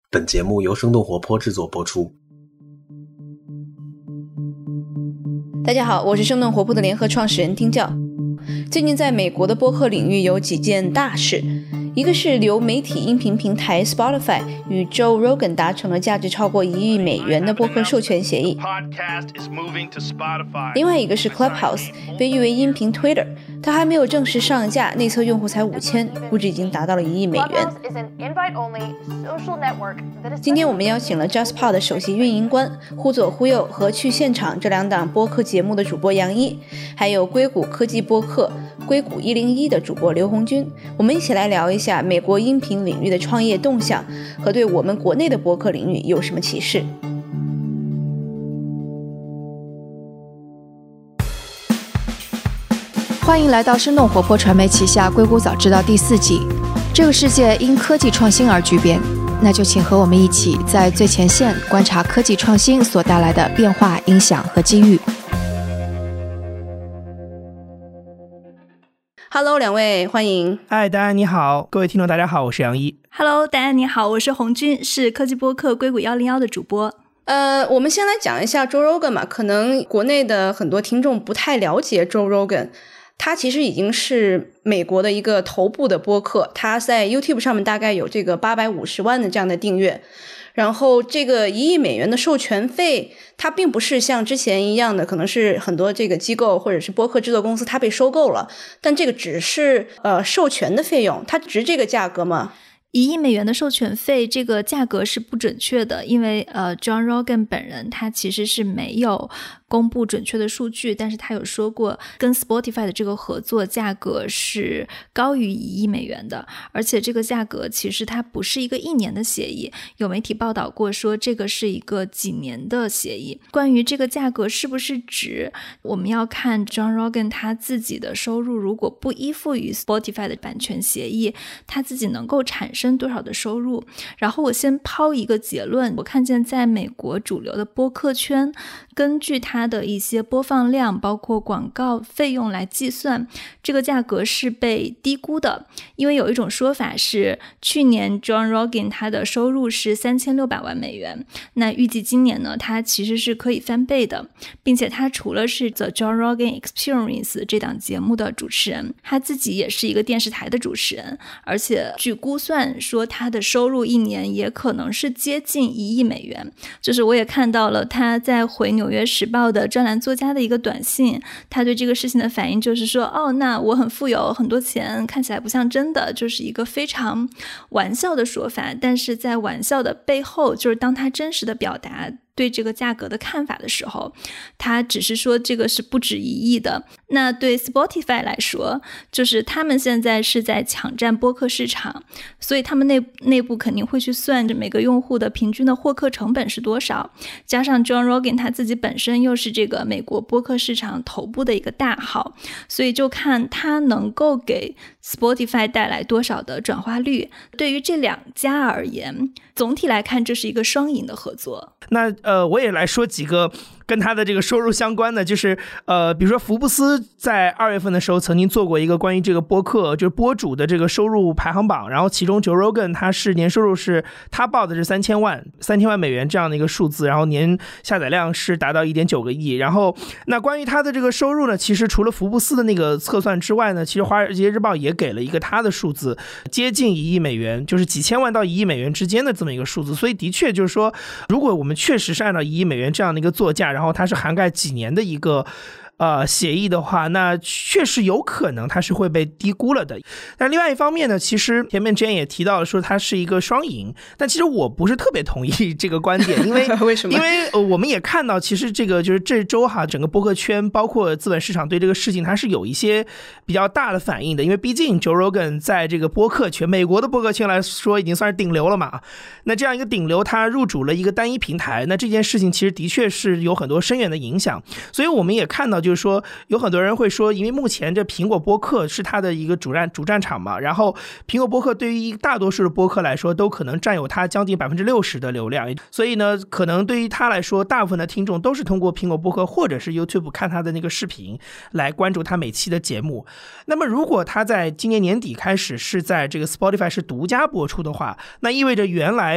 本节目由生动活泼制作播出。 大家好，我是生动活泼的联合创始人丁教。最近在美国的播客领域有几件大事，一个是流媒体音频平台 Spotify 与 Joe Rogan 达成了价值超过1亿美元的播客授权协议，另外一个是 Clubhouse 被誉为音频 Twitter， 它还没有正式上架，内测用户才5000，估值已经达到了1亿美元。今天我们邀请了 JustPod 的首席运营官忽左忽右和去现场这两档播客节目的主播杨一，还有硅谷科技播客硅谷101的主播刘红军，我们一起来聊一下美国音频领域的创业动向和对我们国内的播客领域有什么启示。 欢迎来到生动活泼传媒旗下硅谷早知道第4季。这个世界因科技创新而巨变，那就请和我们一起在最前线观察科技创新所带来的变化、影响和机遇。 Hello， 两位欢迎。 嗨，大家你好，各位听众大家好，我是杨一。 Hello， 大家你好，我是红军，是科技播客硅谷101的主播。 我们先来讲一下 Joe Rogan 嘛，可能国内的很多听众不太了解 Joe Rogan， 他其实已经是美国的一个头部的播客，他在 YouTube 上面大概有这个850万的这样的订阅。然后这个1亿美元的授权费，它并不是像之前一样的，可能是很多这个机构或者是播客制作公司它被收购了，但这个只是授权的费用，它值这个价格吗 ？1亿美元的授权费，这个价格是不准确的，因为John Rogan 本人他其实是没有公布准确的数据，但是他有说过跟 Spotify 的这个合作价格是高于1亿美元的，而且这个价格其实它不是一个1年的协议，有媒体报道过说这个是一个几年的协议。关于这个价格是不是值，我们要看 John Rogan 他自己的收入，如果不依附于 Spotify 的版权协议，他自己能够产生多少的收入。然后我先抛一个结论，我看见在美国主流的播客圈，根据它的一些播放量包括广告费用来计算，这个价格是被低估的。因为有一种说法是去年 John Rogan 他的收入是3600万美元，那预计今年呢他其实是可以翻倍的，并且他除了是 The John Rogan Experience 这档节目的主持人，他自己也是一个电视台的主持人，而且据估算说他的收入1年也可能是接近1亿美元。就是我也看到了他在回纽约时报的专栏作家的一个短信，他对这个事情的反应就是说，那我很富有，很多钱，看起来不像真的，就是一个非常玩笑的说法。但是在玩笑的背后，就是当他真实的表达对这个价格的看法的时候，他只是说这个是不止1亿的。那对 Spotify 来说，就是他们现在是在抢占播客市场，所以他们内部肯定会去算着每个用户的平均的获客成本是多少，加上 John Rogan 他自己本身又是这个美国播客市场头部的一个大号，所以就看他能够给 Spotify 带来多少的转化率。对于这两家而言，总体来看这是一个双赢的合作。 那我也来说几个跟他的这个收入相关的，就是比如说福布斯在2月份的时候曾经做过一个关于这个播客就是播主的这个收入排行榜，然后其中 Joe Rogan 他是年收入是他报的是3000万美元这样的一个数字，然后年下载量是达到 1.9 个亿。然后那关于他的这个收入呢，其实除了福布斯的那个测算之外呢，其实华尔街日报也给了一个他的数字，接近1亿美元，就是几千万到1亿美元之间的这么一个数字。所以的确就是说，如果我们确实是按照1亿美元这样的一个作价，然后它是涵盖几年的一个协议的话，那确实有可能它是会被低估了的。但另外一方面呢，其实前面 Jane 也提到了说它是一个双赢，但其实我不是特别同意这个观点，因为为什么？ 因为我们也看到，其实这个就是这周整个播客圈包括资本市场对这个事情它是有一些比较大的反应的，因为毕竟 Joe Rogan 在这个播客圈，美国的播客圈来说已经算是顶流了嘛。那这样一个顶流，它入主了一个单一平台，那这件事情其实的确是有很多深远的影响。所以我们也看到，就是说有很多人会说，因为目前这苹果播客是它的一个主战场嘛，然后苹果播客对于大多数的播客来说都可能占有它将近 60% 的流量，所以呢可能对于他来说，大部分的听众都是通过苹果播客或者是 YouTube 看他的那个视频来关注他每期的节目。那么如果他在今年年底开始是在这个 Spotify 是独家播出的话，那意味着原来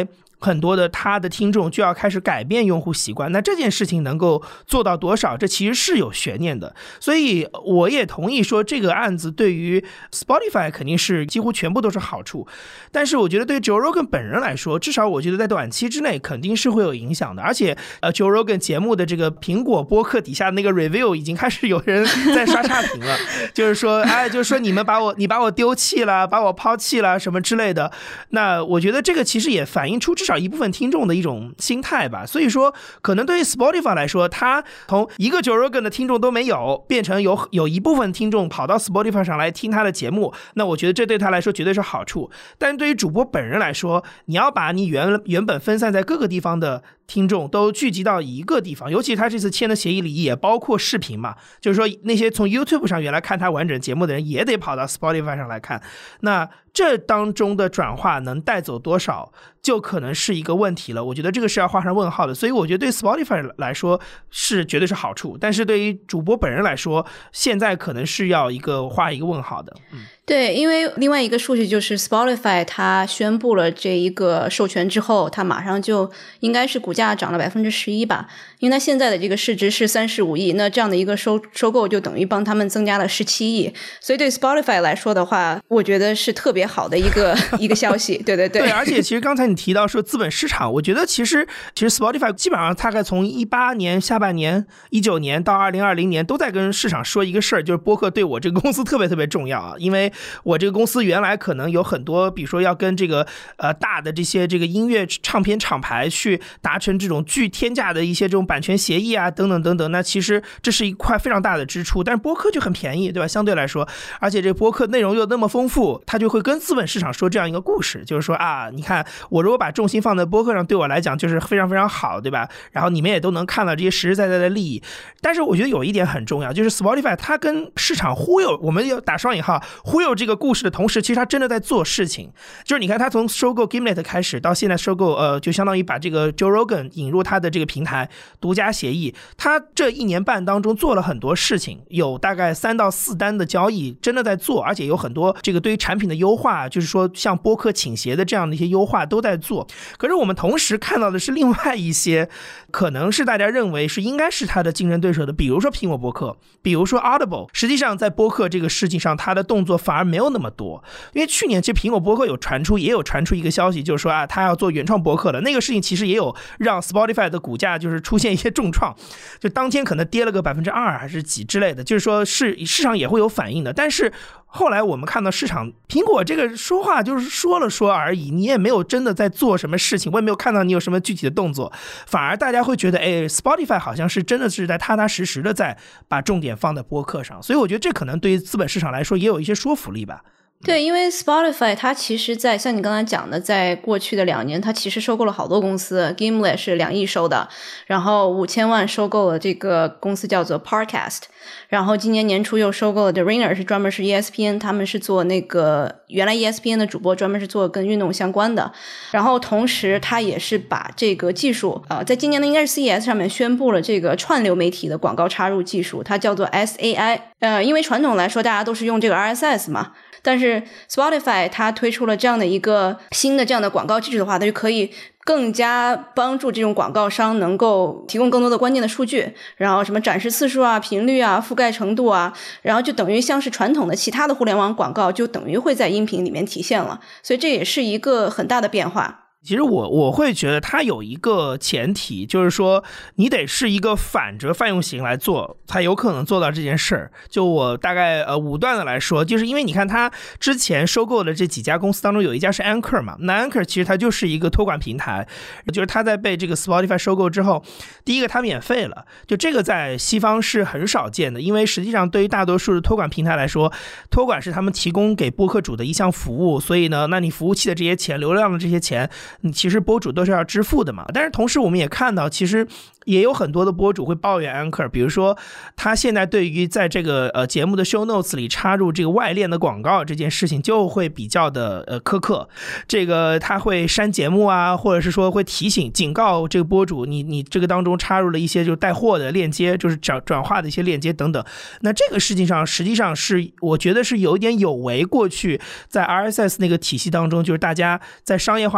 很多的他的听众就要开始改变用户习惯，那这件事情能够做到多少，这其实是有悬念的。所以我也同意说这个案子对于 Spotify 肯定是几乎全部都是好处，但是我觉得对于 Joe Rogan 本人来说，至少我觉得在短期之内肯定是会有影响的。而且Joe Rogan 节目的这个苹果播客底下的那个 review 已经开始有人在刷差评了就是说你们把我丢弃了，把我抛弃了什么之类的。那我觉得这个其实也反映出至少一部分听众的一种心态吧。所以说可能对于 Spotify 来说，他从一个 Joe Rogan 的听众都没有变成有一部分听众跑到 Spotify 上来听他的节目，那我觉得这对他来说绝对是好处。但对于主播本人来说，你要把你原本分散在各个地方的听众都聚集到一个地方，尤其他这次签的协议里也包括视频嘛，就是说那些从 YouTube 上原来看他完整节目的人也得跑到 Spotify 上来看，那这当中的转化能带走多少就可能是一个问题了。我觉得这个是要画上问号的。所以我觉得对 Spotify 来说是绝对是好处，但是对于主播本人来说，现在可能是要画一个问号的。 对，因为另外一个数据就是 Spotify 它宣布了这一个授权之后，它马上就应该是股价涨了 11% 吧，因为它现在的这个市值是35亿，那这样的一个收购就等于帮他们增加了17亿，所以对 Spotify 来说的话，我觉得是特别好的一个消息。对对对， 对，而且其实刚才你提到说资本市场，我觉得其实 Spotify 基本上大概从18年下半年19年到2020年都在跟市场说一个事儿，就是播客对我这个公司特别特别重要啊，因为我这个公司原来可能有很多比如说要跟这个大的这些这个音乐唱片厂牌去达成这种巨天价的一些这种版权协议啊等等等等，那其实这是一块非常大的支出，但是播客就很便宜，对吧？相对来说，而且这个播客内容又那么丰富，它就会跟资本市场说这样一个故事，就是说啊，你看我如果把重心放在播客上，对我来讲就是非常非常好，对吧？然后你们也都能看到这些实实在在的利益。但是我觉得有一点很重要，就是 Spotify 它跟市场忽悠，我们要打双引号，忽悠这个故事的同时，其实它真的在做事情。就是你看它从收购 Gimlet 开始到现在收购就相当于把这个 Joe Rogan 引入它的这个平台独家协议，它这1年半当中做了很多事情，有大概3到4单的交易真的在做，而且有很多这个对于产品的优化，就是说像播客倾斜的这样的一些优化都在做。可是我们同时看到的是另外一些可能是大家认为是应该是它的竞争对手的，比如说苹果播客，比如说 Audible， 实际上在播客这个事情上它的动作反而没有那么多。因为去年其实苹果播客也有传出一个消息，就是说啊，它要做原创播客了，那个事情其实也有让 Spotify 的股价就是出现一些重创，就当天可能跌了个 2% 还是几之类的，就是说市场也会有反应的。但是后来我们看到市场苹果这个说话就是说了说而已，你也没有真的在做什么事情，我也没有看到你有什么具体的动作，反而大家会觉得Spotify 好像是真的是在踏踏实实的在把重点放在播客上，所以我觉得这可能对于资本市场来说也有一些说服力吧。 对，因为 Spotify 它其实在像你刚才讲的，在过去的2年它其实收购了好多公司， Gimlet 是2亿收的，然后5000万收购了这个公司叫做 Parcast， 然后今年年初又收购了 The Ringer， 是专门是 ESPN， 他们是做那个原来 ESPN 的主播，专门是做跟运动相关的，然后同时他也是把这个技术在今年的应该是 CES 上面宣布了这个串流媒体的广告插入技术，它叫做 SAI。因为传统来说大家都是用这个 RSS 嘛，但是 Spotify 它推出了这样的一个新的这样的广告技术的话，它就可以更加帮助这种广告商能够提供更多的关键的数据，然后什么展示次数啊、频率啊、覆盖程度啊，然后就等于像是传统的其他的互联网广告就等于会在音频里面体现了，所以这也是一个很大的变化。 其实我会觉得它有一个前提，就是说你得是一个反着泛用型来做，才有可能做到这件事儿。就我大概武断的来说，就是因为你看它之前收购的这几家公司当中，有一家是 Anchor 嘛，那 Anchor 其实它就是一个托管平台，就是它在被这个 Spotify 收购之后，第一个它免费了，就这个在西方是很少见的，因为实际上对于大多数的托管平台来说，托管是他们提供给播客主的一项服务，所以呢，那你服务器的这些钱、流量的这些钱，其实播主都是要支付的嘛。但是同时我们也看到，其实也有很多的播主会抱怨 Anchor， 比如说他现在对于在这个节目的 show notes 里插入这个外链的广告这件事情就会比较的苛刻，这个他会删节目啊，或者是说会提醒警告这个播主，你这个当中插入了一些就带货的链接，就是转化的一些链接等等。那这个事情上实际上是我觉得是有一点有违过去在 RSS 那个体系当中，就是大家在商业化上相对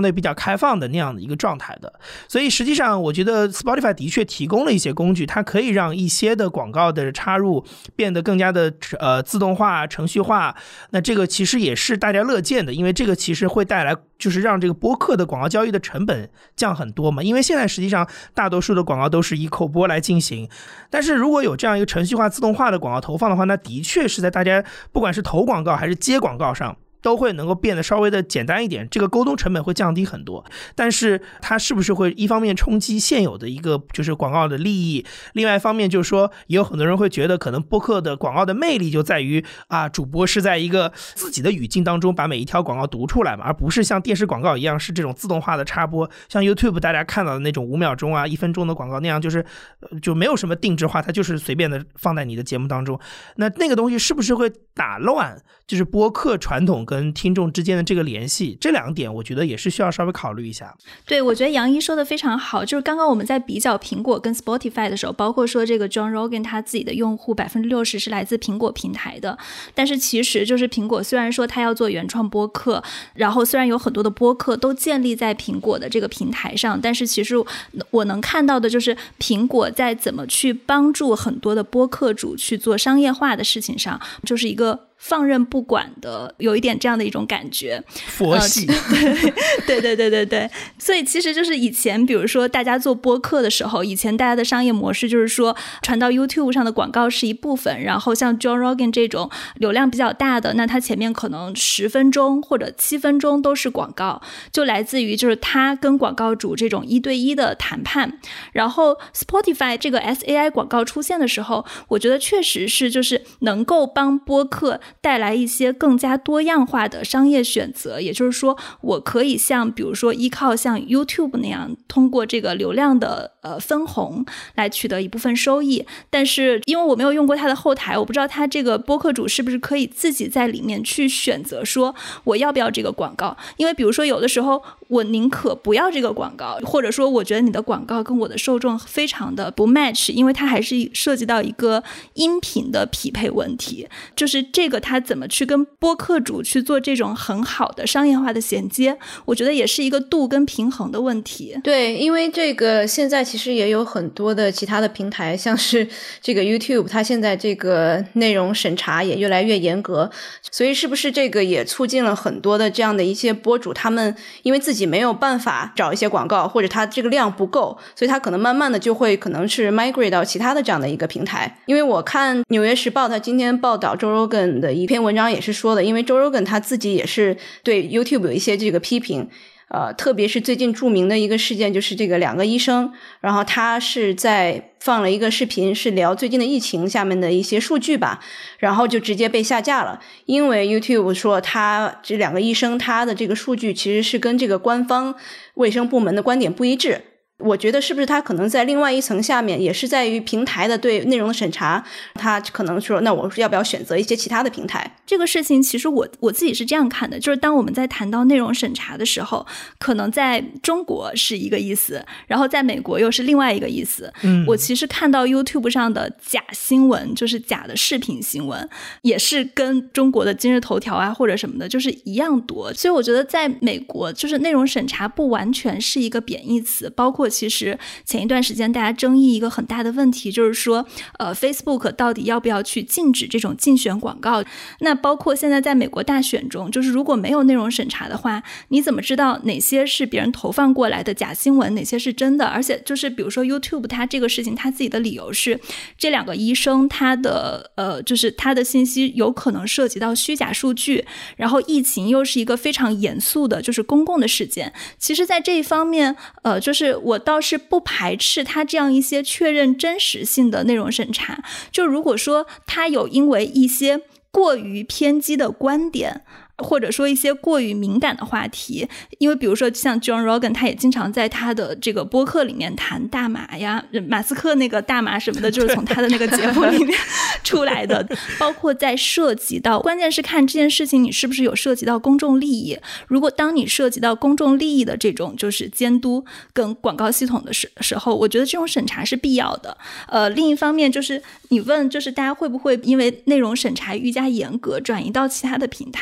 对比较开放的那样的一个状态的。所以实际上我觉得 Spotify 的确提供了一些工具，它可以让一些的广告的插入变得更加的自动化程序化，那这个其实也是大家乐见的，因为这个其实会带来就是让这个播客的广告交易的成本降很多嘛，因为现在实际上大多数的广告都是以口播来进行，但是如果有这样一个程序化自动化的广告投放的话，那的确是在大家不管是投广告还是接广告上都会能够变得稍微的简单一点，这个沟通成本会降低很多。但是它是不是会一方面冲击现有的一个就是广告的利益，另外一方面就是说也有很多人会觉得可能播客的广告的魅力就在于主播是在一个自己的语境当中把每一条广告读出来嘛，而不是像电视广告一样是这种自动化的插播，像 YouTube 大家看到的那种5秒钟1分钟的广告那样，就没有什么定制化，它就是随便的放在你的节目当中。那个东西是不是会打乱就是播客传统跟听众之间的这个联系，这2点我觉得也是需要稍微考虑一下。 对，我觉得杨一说的非常好，就是刚刚我们在比较苹果跟 Spotify 的时候，包括说这个 John Rogan 他自己的用户 60% 是来自苹果平台的，但是其实就是苹果虽然说他要做原创播客，然后虽然有很多的播客都建立在苹果的这个平台上，但是其实我能看到的就是苹果在怎么去帮助很多的播客主去做商业化的事情上，就是一个放任不管的，有一点这样的一种感觉， 佛系。 对，所以其实就是以前比如说大家做播客的时候，以前大家的商业模式就是说传到 YouTube 上的广告是一部分，然后像 Joe Rogan 这种流量比较大的，那他前面可能10分钟或者7分钟都是广告，就来自于就是他跟广告主这种1对1的谈判。然后 Spotify 这个 SAI 广告出现的时候，我觉得确实是就是能够帮播客带来一些更加多样化的商业选择，也就是说我可以像比如说依靠像 YouTube 那样通过这个流量的分红来取得一部分收益，但是因为我没有用过它的后台，我不知道它这个播客主是不是可以自己在里面去选择说我要不要这个广告，因为比如说有的时候我宁可不要这个广告，或者说我觉得你的广告跟我的受众非常的不 match， 因为它还是涉及到一个音频的匹配问题，就是这个他怎么去跟播客主去做这种很好的商业化的衔接，我觉得也是一个度跟平衡的问题。 对，因为这个现在其实也有很多的其他的平台，像是这个 YouTube 它现在这个内容审查也越来越严格，所以是不是这个也促进了很多的这样的一些播主，他们因为自己没有办法找一些广告，或者他这个量不够，所以他可能慢慢的就会可能是 migrate 到其他的这样的一个平台。因为我看纽约时报他今天报道 Joe Rogan 的一篇文章也是说的，因为 Joe Rogan 他自己也是对 YouTube 有一些这个批评，特别是最近著名的一个事件就是这个2个医生，然后他是在放了一个视频是聊最近的疫情下面的一些数据吧，然后就直接被下架了，因为 YouTube 说他这2个医生他的这个数据其实是跟这个官方卫生部门的观点不一致。我觉得是不是他可能在另外一层下面也是在于平台的对内容的审查，他可能说那我要不要选择一些其他的平台。 这个事情其实我自己是这样看的，就是当我们在谈到内容审查的时候，可能在中国是一个意思，然后在美国又是另外一个意思。我其实看到 YouTube 上的假新闻，就是假的视频新闻，也是跟中国的今日头条啊或者什么的就是一样多，所以我觉得在美国就是内容审查不完全是一个贬义词，包括其实前一段时间大家争议一个很大的问题，就是说Facebook 到底要不要去禁止这种竞选广告。那包括现在在美国大选中，就是如果没有内容审查的话，你怎么知道哪些是别人投放过来的假新闻，哪些是真的？而且就是比如说 YouTube 它这个事情，它自己的理由是这2个医生他的就是他的信息有可能涉及到虚假数据，然后疫情又是一个非常严肃的就是公共的事件。其实在这一方面就是我倒是不排斥他这样一些确认真实性的内容审查，就如果说他有因为一些过于偏激的观点，或者说一些过于敏感的话题，因为比如说像 John Rogan 他也经常在他的这个播客里面谈大麻呀，马斯克那个大麻什么的就是从他的那个节目里面出来的包括在涉及到，关键是看这件事情你是不是有涉及到公众利益，如果当你涉及到公众利益的这种就是监督跟广告系统的时候，我觉得这种审查是必要的。另一方面就是你问就是大家会不会因为内容审查愈加严格转移到其他的平台，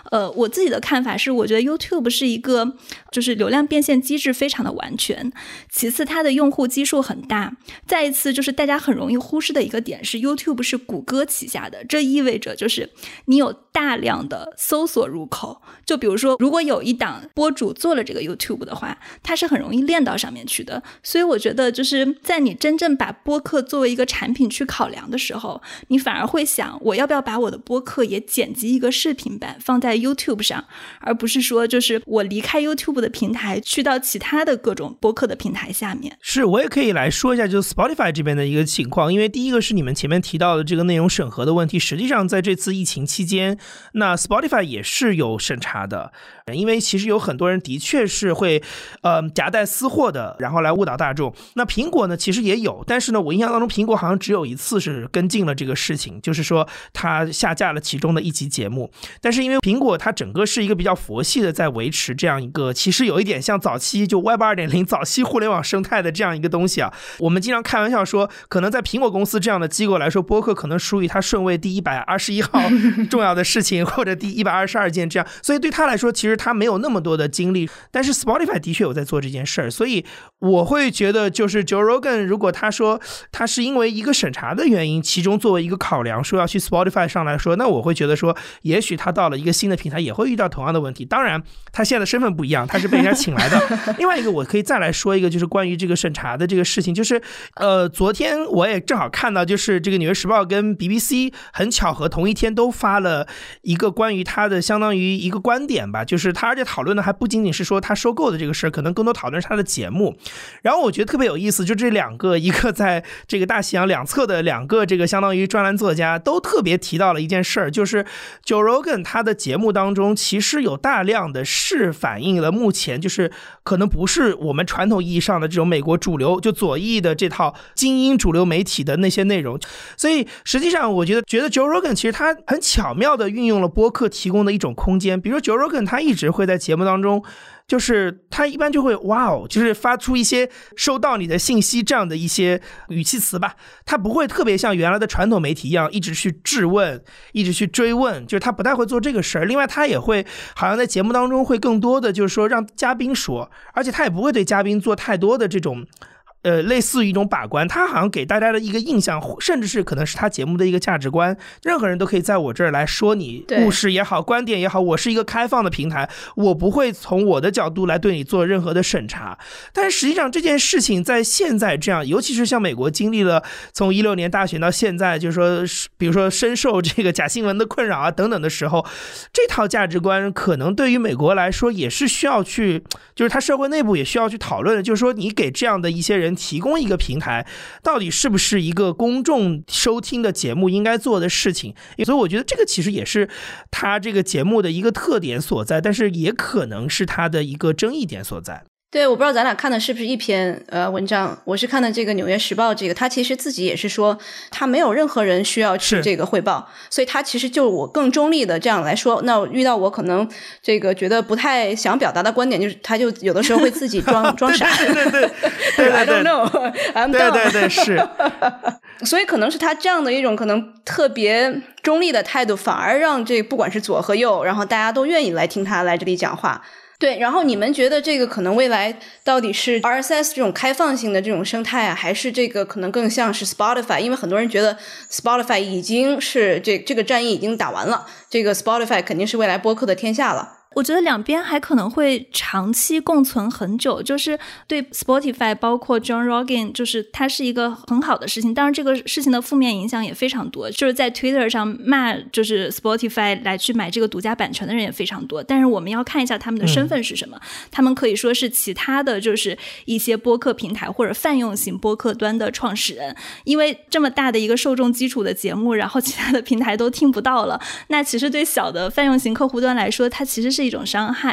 我自己的看法是，我觉得 YouTube 是一个就是流量变现机制非常的完全，其次它的用户基数很大，再一次就是大家很容易忽视的一个点是 YouTube 是谷歌旗下的，这意味着就是你有大量的搜索入口，就比如说如果有一档播主做了这个 YouTube 的话，它是很容易链到上面去的。所以我觉得就是在你真正把播客作为一个产品去考量的时候，你反而会想我要不要把我的播客也剪辑一个视频版放在 YouTube 上，而不是说就是我离开 YouTube 的平台去到其他的各种播客的平台下面。 是，我也可以来说一下就是 Spotify 这边的一个情况，因为第一个是你们前面提到的这个内容审核的问题，实际上在这次疫情期间，那 Spotify 也是有审查的，因为其实有很多人的确是会夹带私货的，然后来误导大众。那苹果呢其实也有，但是呢我印象当中苹果好像只有一次是跟进了这个事情，就是说它下架了其中的一集节目。但是因为苹果它整个是一个比较佛系的在维持这样一个其实有一点像早期就 Web 2.0 早期互联网生态的这样一个东西啊。我们经常开玩笑说，可能在苹果公司这样的机构来说，播客可能属于它顺位第121号重要的事情或者第122件这样，所以对他来说其实他没有那么多的精力。但是 Spotify 的确有在做这件事儿，所以我会觉得就是 Joe Rogan 如果他说他是因为一个审查的原因其中作为一个考量说要去 Spotify 上来说，那我会觉得说也许他到了一个新的平台也会遇到同样的问题。当然他现在的身份不一样，他是被人家请来的另外一个我可以再来说一个就是关于这个审查的这个事情，就是昨天我也正好看到就是这个纽约时报跟 BBC 很巧合同一天都发了一个关于他的相当于一个观点吧，就是他而且讨论的还不仅仅是说他收购的这个事，可能更多讨论是他的节目。然后我觉得特别有意思，就这两个一个在这个大西洋两侧的两个这个相当于专栏作家都特别提到了一件事儿，就是 Joe Rogan 他的节目当中其实有大量的是反映了目前就是可能不是我们传统意义上的这种美国主流就左翼的这套精英主流媒体的那些内容。所以实际上我觉得 Joe Rogan 其实他很巧妙的运用了播客提供的一种空间，比如说 Joe Rogan 他一直会在节目当中就是他一般就会哇哦，就是发出一些收到你的信息这样的一些语气词吧，他不会特别像原来的传统媒体一样一直去质问一直去追问，就是他不太会做这个事儿。另外他也会好像在节目当中会更多的就是说让嘉宾说，而且他也不会对嘉宾做太多的这种类似于一种把关，他好像给大家的一个印象，甚至是可能是他节目的一个价值观，任何人都可以在我这儿来说你故事也好观点也好，我是一个开放的平台，我不会从我的角度来对你做任何的审查。但是实际上这件事情在现在这样，尤其是像美国经历了从16年大选到现在，就是说比如说深受这个假新闻的困扰啊等等的时候，这套价值观可能对于美国来说也是需要去，就是他社会内部也需要去讨论的，就是说你给这样的一些人提供一个平台到底是不是一个公众收听的节目应该做的事情。所以我觉得这个其实也是他这个节目的一个特点所在，但是也可能是他的一个争议点所在。 对，我不知道咱俩看的是不是一篇文章，我是看的这个纽约时报，这个他其实自己也是说他没有任何人需要去这个汇报，所以他其实就我更中立的这样来说，那遇到我可能这个觉得不太想表达的观点，就是他就有的时候会自己装傻对I don't know I'm dumb 对对是所以可能是他这样的一种可能特别中立的态度，反而让这不管是左和右，然后大家都愿意来听他来这里讲话。对，然后你们觉得这个可能未来到底是 RSS 这种开放性的这种生态啊，还是这个可能更像是 Spotify？ 因为很多人觉得 Spotify 已经是这个战役已经打完了，这个 Spotify 肯定是未来播客的天下了。 我觉得两边还可能会长期共存很久，就是对 Spotify 包括 John Rogan 就是它是一个很好的事情，当然这个事情的负面影响也非常多，就是在 Twitter 上骂就是 Spotify 来去买这个独家版权的人也非常多，但是我们要看一下他们的身份是什么，他们可以说是其他的就是一些播客平台或者泛用型播客端的创始人，因为这么大的一个受众基础的节目，然后其他的平台都听不到了，那其实对小的泛用型客户端来说它其实是一种伤害。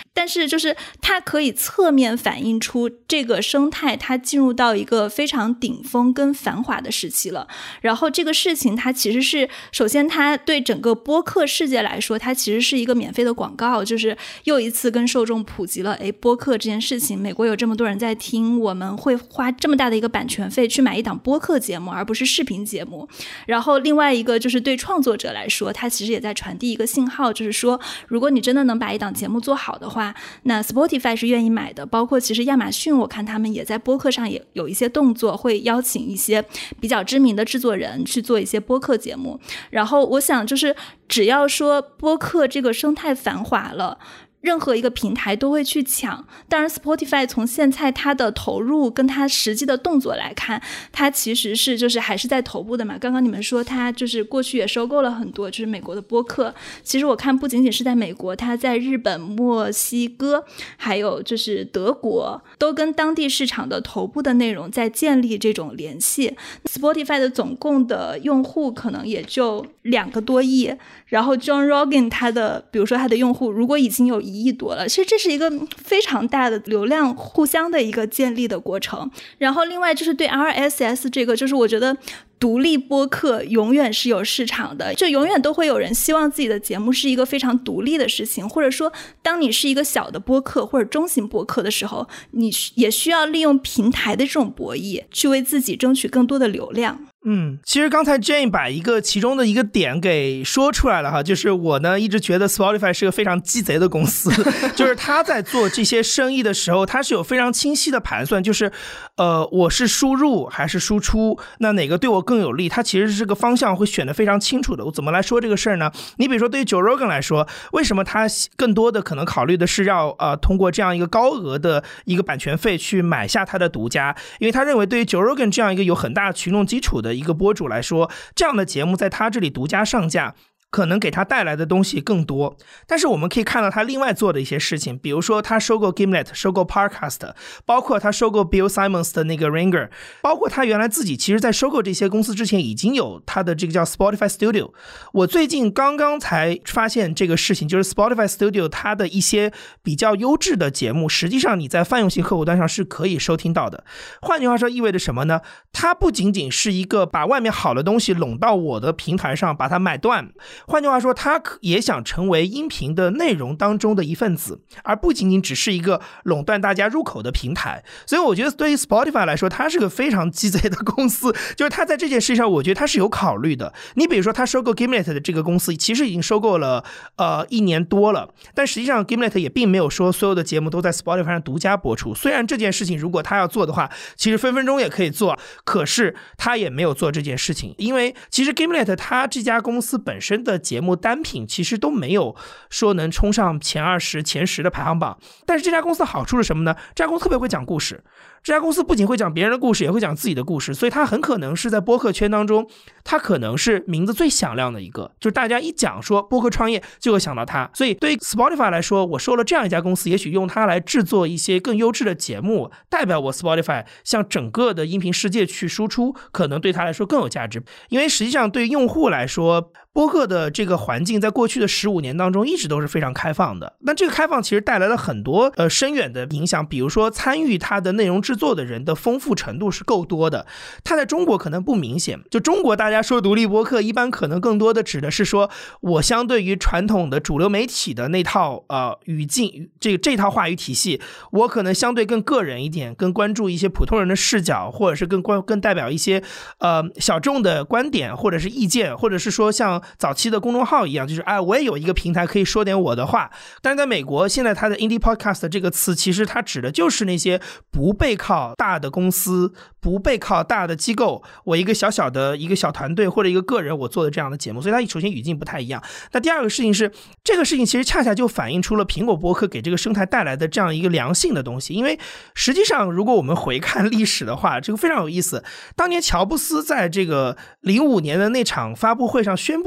但是就是它可以侧面反映出这个生态它进入到一个非常顶峰跟繁华的时期了。然后这个事情它其实是，首先它对整个播客世界来说，它其实是一个免费的广告，就是又一次跟受众普及了播客这件事情，美国有这么多人在听，我们会花这么大的一个版权费去买一档播客节目而不是视频节目。然后另外一个就是对创作者来说，它其实也在传递一个信号，就是说如果你真的能把一档节目做好的话，那 Spotify 是愿意买的，包括其实亚马逊我看他们也在播客上也有一些动作，会邀请一些比较知名的制作人去做一些播客节目。然后我想就是只要说播客这个生态繁华了，任何一个平台都会去抢。当然 Spotify 从现在它的投入跟它实际的动作来看，它其实是就是还是在头部的嘛。刚刚你们说它就是过去也收购了很多就是美国的播客，其实我看不仅仅是在美国，它在日本、墨西哥还有就是德国都跟当地市场的头部的内容在建立这种联系。 Spotify 的总共的用户可能也就2个多亿，然后 John Rogan 他的比如说他的用户如果已经有1亿多了，其实这是一个非常大的流量互相的一个建立的过程。然后另外就是对 RSS 这个，就是我觉得独立播客永远是有市场的，就永远都会有人希望自己的节目是一个非常独立的事情，或者说当你是一个小的播客或者中型播客的时候，你也需要利用平台的这种博弈去为自己争取更多的流量。 其实刚才 Jane 把其中的一个点给说出来了哈，就是我呢一直觉得 Spotify 是个非常鸡贼的公司，就是他在做这些生意的时候，他是有非常清晰的盘算，就是我是输入还是输出，那哪个对我更有利，他其实是这个方向会选得非常清楚的。我怎么来说这个事儿呢？你比如说对于 Joe Rogan 来说，为什么他更多的可能考虑的是要通过这样一个高额的一个版权费去买下他的独家，因为他认为对于 Joe Rogan 这样一个有很大群众基础的一个播主来说，这样的节目在他这里独家上架可能给他带来的东西更多。但是我们可以看到他另外做的一些事情，比如说他收购 Gimlet， 收购 Parcast， 包括他收购 Bill Simmons 的那个 Ringer， 包括他原来自己其实在收购这些公司之前已经有他的这个叫 Spotify Studio。 我最近刚刚才发现这个事情，就是 Spotify Studio 它的一些比较优质的节目实际上你在泛用型客户端上是可以收听到的。换句话说意味着什么呢？它不仅仅是一个把外面好的东西拢到我的平台上把它买断，换句话说他也想成为音频的内容当中的一份子，而不仅仅只是一个垄断大家入口的平台。所以我觉得对于 Spotify 来说，它是个非常鸡贼的公司，就是他在这件事上我觉得他是有考虑的。你比如说他收购 Gimlet 的这个公司其实已经收购了1年多了，但实际上 Gimlet 也并没有说所有的节目都在 Spotify 上独家播出。虽然这件事情如果他要做的话其实分分钟也可以做，可是他也没有做这件事情，因为其实 Gimlet 他这家公司本身的节目单品其实都没有说能冲上前20、前10的排行榜。但是这家公司的好处是什么呢？这家公司特别会讲故事，这家公司不仅会讲别人的故事，也会讲自己的故事，所以它很可能是在播客圈当中，它可能是名字最响亮的一个，就是大家一讲说播客创业就会想到它。所以对于 Spotify 来说，我收了这样一家公司，也许用它来制作一些更优质的节目，代表我 Spotify 向整个的音频世界去输出，可能对它来说更有价值。因为实际上对于用户来说，播客的这个环境在过去的15年当中一直都是非常开放的，但这个开放其实带来了很多深远的影响，比如说参与它的内容制作的人的丰富程度是够多的。它在中国可能不明显，就中国大家说独立播客一般可能更多的指的是说我相对于传统的主流媒体的那套语境这套话语体系，我可能相对更个人一点，更关注一些普通人的视角，或者是更代表一些小众的观点或者是意见，或者是说像早期的公众号一样，就是我也有一个平台可以说点我的话。但是在美国现在它的 indie podcast 这个词其实它指的就是那些不背靠大的公司，不背靠大的机构，我一个小小的一个小团队或者一个个人我做的这样的节目，所以它首先语境不太一样。那第二个事情是，这个事情其实恰恰就反映出了苹果播客给这个生态带来的这样一个良性的东西。因为实际上如果我们回看历史的话，这个非常有意思。当年乔布斯在这个05年的那场发布会上宣布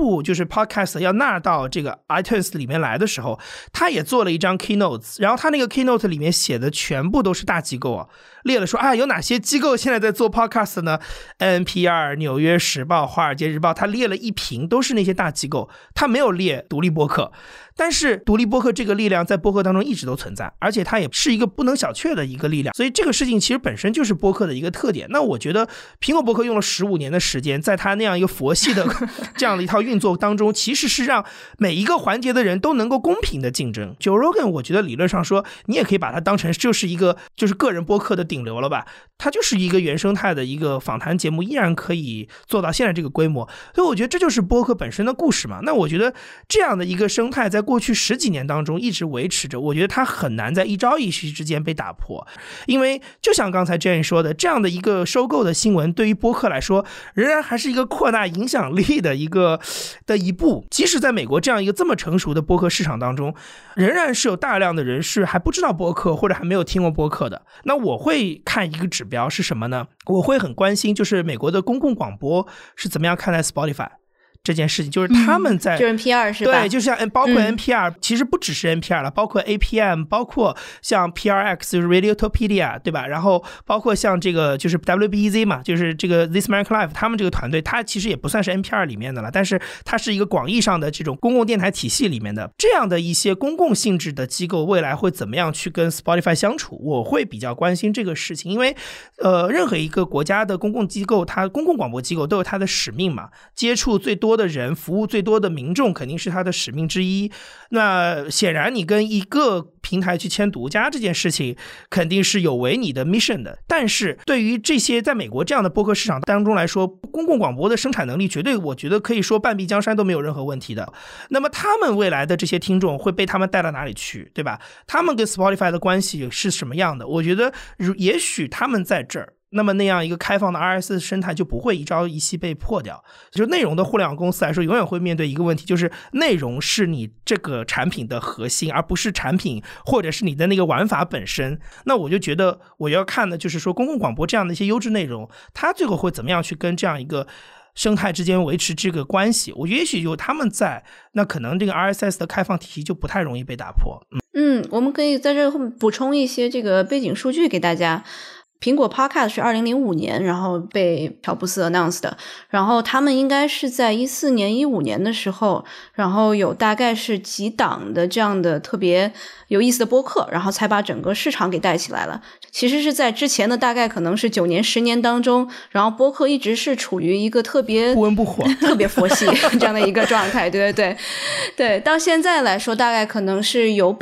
布就是 podcast 要纳到这个 iTunes 里面来的时候，他也做了一张 keynote， 然后他那个 keynote 里面写的全部都是大机构啊，列了说有哪些机构现在在做 podcast 呢？ NPR、 纽约时报、华尔街日报，他列了一屏都是那些大机构，他没有列独立播客。但是独立播客这个力量在播客当中一直都存在，而且它也是一个不能小觑的一个力量，所以这个事情其实本身就是播客的一个特点。那我觉得苹果播客用了15年的时间，在它那样一个佛系的这样的一套运作当中，其实是让每一个环节的人都能够公平的竞争。Joe Rogan 我觉得理论上说你也可以把它当成就是一个就是个人播客的顶流了吧，它就是一个原生态的一个访谈节目，依然可以做到现在这个规模，所以我觉得这就是播客本身的故事嘛。那我觉得这样的一个生态在过去10几年当中一直维持着，我觉得它很难在一朝一夕之间被打破。因为就像刚才 Jane 说的，这样的一个收购的新闻对于播客来说仍然还是一个扩大影响力的一步。即使在美国这样一个这么成熟的播客市场当中，仍然是有大量的人是还不知道播客或者还没有听过播客的。那我会看一个指标是什么呢？我会很关心就是美国的公共广播是怎么样看待 Spotify这件事情，就是他们在就是 NPR 是吧？ 对，就像包括 NPR，其实不只是 NPR 了，包括 APM， 包括像 PRX 就是 Radiotopedia， 对吧？然后包括像这个就是 WBEZ 嘛，就是这个 This American Life， 他们这个团队，它其实也不算是 NPR 里面的了，但是它是一个广义上的这种公共电台体系里面的这样的一些公共性质的机构，未来会怎么样去跟 Spotify 相处？我会比较关心这个事情，因为任何一个国家的公共机构，它公共广播机构都有它的使命嘛，接触最多的人，服务最多的民众，肯定是它的使命之一。那显然你跟一个平台去签独家这件事情肯定是有违你的 mission 的。但是对于这些在美国这样的播客市场当中来说，公共广播的生产能力绝对我觉得可以说半壁江山都没有任何问题的。那么他们未来的这些听众会被他们带到哪里去，对吧？他们跟 Spotify 的关系是什么样的？我觉得也许他们在这儿，那么那样一个开放的 RSS 生态就不会一朝一夕被破掉。就内容的互联网公司来说，永远会面对一个问题，就是内容是你这个产品的核心，而不是产品或者是你的那个玩法本身。那我就觉得我要看的就是说公共广播这样的一些优质内容，它最后会怎么样去跟这样一个生态之间维持这个关系。我觉得也许有他们在，那可能这个 RSS 的开放体系就不太容易被打破。 我们可以在这补充一些这个背景数据给大家。苹果 Podcast 是2005年然后被乔布斯 announce 的，然后他们应该是在14年15年的时候，然后有大概是几档的这样的特别有意思的播客，然后才把整个市场给带起来了。其实是在之前的大概可能是9年10年当中，然后播客一直是处于一个特别不温不火特别佛系这样的一个状态。对，到现在来说大概可能是有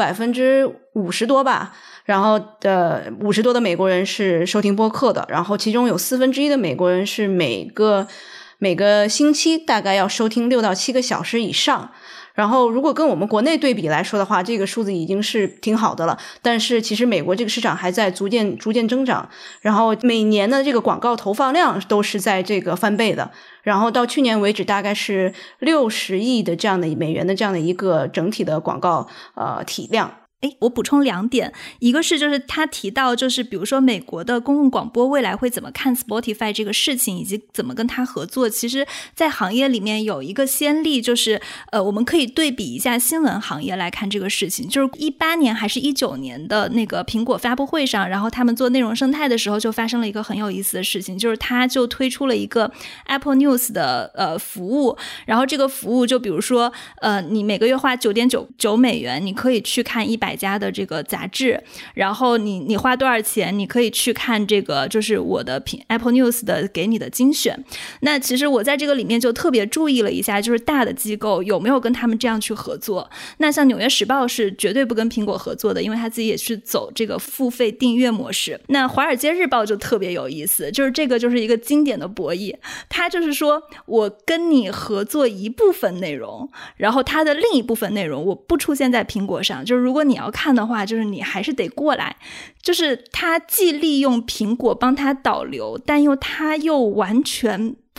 50%多吧，然后50%多的美国人是收听播客的，然后其中有1/4的美国人是每个星期大概要收听6到7个小时以上。然后如果跟我们国内对比来说的话，这个数字已经是挺好的了，但是其实美国这个市场还在逐渐增长，然后每年的这个广告投放量都是在这个翻倍的，然后到去年为止大概是60亿的这样的美元的这样的一个整体的广告体量。 我补充2点，一个是就是他提到就是比如说美国的公共广播未来会怎么看 Spotify 这个事情，以及怎么跟他合作。其实在行业里面有一个先例，就是我们可以对比一下新闻行业来看这个事情。就是18年还是19年的那个苹果发布会上，然后他们做内容生态的时候就发生了一个很有意思的事情，就是他就推出了一个 Apple News 的服务，然后这个服务就比如说你每个月花9.99美元，你可以去看100家的这个杂志，然后你花多少钱你可以去看这个就是我的 Apple News 的给你的精选。那其实我在这个里面就特别注意了一下，就是大的机构有没有跟他们这样去合作。那像纽约时报是绝对不跟苹果合作的，因为他自己也是走这个付费订阅模式。那华尔街日报就特别有意思，就是这个就是一个经典的博弈，他就是说我跟你合作一部分内容，然后他的另一部分内容我不出现在苹果上，就是如果你要看的话，就是你还是得过来。就是他既利用苹果帮他导流，但他又完全